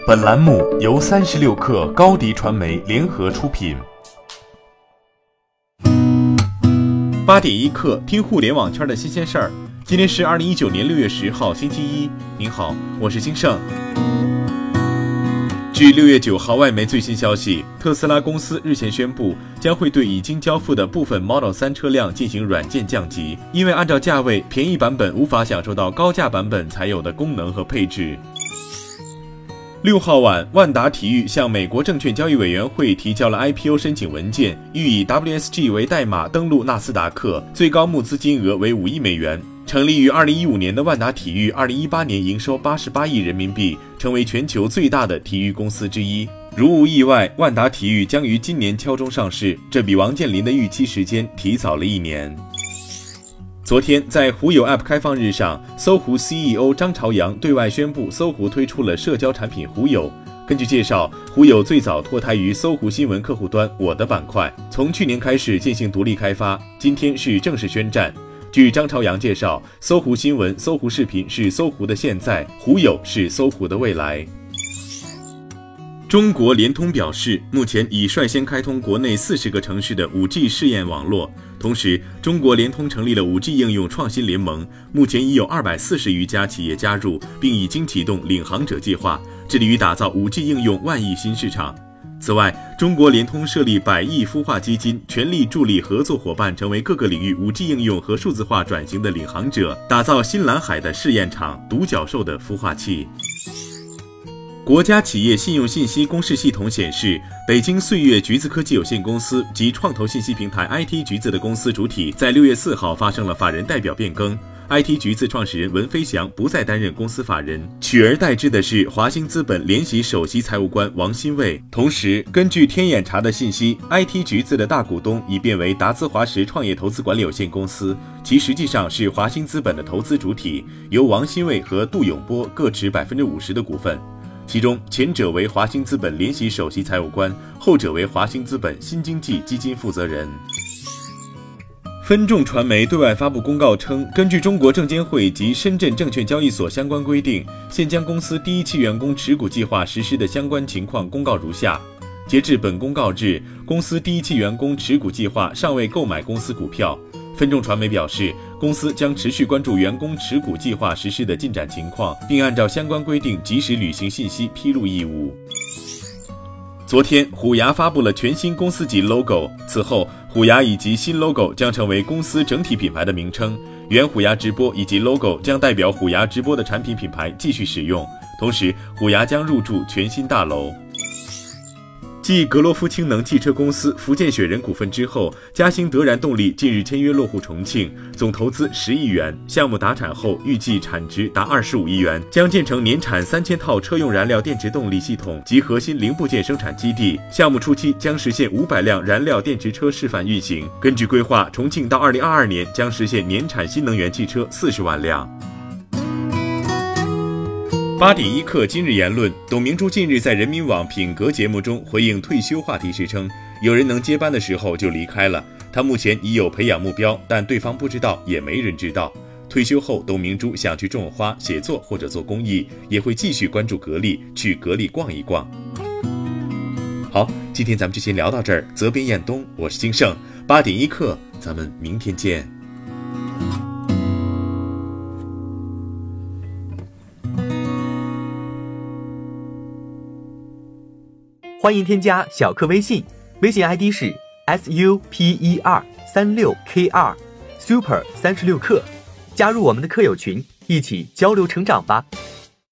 本栏目由36氪高迪传媒联合出品。 8点1刻，听互联网圈的新鲜事儿。今天是2019年6月10号，星期一。您好，我是金盛。据6月9号外媒最新消息，特斯拉公司日前宣布，将会对已经交付的部分 Model 3车辆进行软件降级，因为按照价位，便宜版本无法享受到高价版本才有的功能和配置。6号晚，万达体育向美国证券交易委员会提交了 IPO 申请文件，欲以 WSG 为代码登陆纳斯达克，最高募资金额为5亿美元。成立于2015年的万达体育，2018年营收88亿人民币，成为全球最大的体育公司之一。如无意外，万达体育将于今年敲钟上市，这比王健林的预期时间提早了1年。昨天，在狐友 App 开放日上，搜狐 CEO 张朝阳对外宣布，搜狐推出了社交产品狐友。根据介绍，狐友最早脱胎于搜狐新闻客户端我的板块，从去年开始进行独立开发，今天是正式宣战。据张朝阳介绍，搜狐新闻、搜狐视频是搜狐的现在，狐友是搜狐的未来。中国联通表示，目前已率先开通国内40个城市的 5G 试验网络。同时，中国联通成立了 5G 应用创新联盟，目前已有240余家企业加入，并已经启动领航者计划，致力于打造 5G 应用万亿新市场。此外，中国联通设立100亿孵化基金，全力助力合作伙伴成为各个领域 5G 应用和数字化转型的领航者，打造新蓝海的试验场、独角兽的孵化器。国家企业信用信息公示系统显示，北京岁月橘子科技有限公司及创投信息平台 IT 橘子的公司主体在6月4号发生了法人代表变更。IT 橘子创始人文飞翔不再担任公司法人，取而代之的是华兴资本联席首席财务官王新卫。同时，根据天眼查的信息 ，IT 橘子的大股东已变为达资华实创业投资管理有限公司，其实际上是华兴资本的投资主体，由王新卫和杜永波各持50%的股份。其中，前者为华兴资本联席首席财务官，后者为华兴资本新经济基金负责人。分众传媒对外发布公告称，根据中国证监会及深圳证券交易所相关规定，现将公司第一期员工持股计划实施的相关情况公告如下。截至本公告日，公司第一期员工持股计划尚未购买公司股票。分众传媒表示，公司将持续关注员工持股计划实施的进展情况，并按照相关规定及时履行信息披露义务。昨天，虎牙发布了全新公司级 logo， 此后虎牙以及新 logo 将成为公司整体品牌的名称，原虎牙直播以及 logo 将代表虎牙直播的产品品牌继续使用，同时虎牙将入驻全新大楼。继格罗夫氢能汽车公司、福建雪人股份之后，嘉兴德然动力近日签约落户重庆，总投资10亿元，项目达产后预计产值达25亿元，将建成年产3000套车用燃料电池动力系统及核心零部件生产基地。项目初期将实现500辆燃料电池车示范运行。根据规划，重庆到2022年将实现年产新能源汽车40万辆。8点1刻今日言论，董明珠近日在人民网品格节目中回应退休话题时称，有人能接班的时候就离开了，他目前已有培养目标，但对方不知道，也没人知道。退休后，董明珠想去种花、写作或者做公益，也会继续关注格力，去格力逛一逛。好，今天咱们就先聊到这儿。责编：彦东，我是金盛。8点1刻，咱们明天见。 欢迎添加小课微信，微信 ID 是 super36kr super 36课，加入我们的课友群，一起交流成长吧。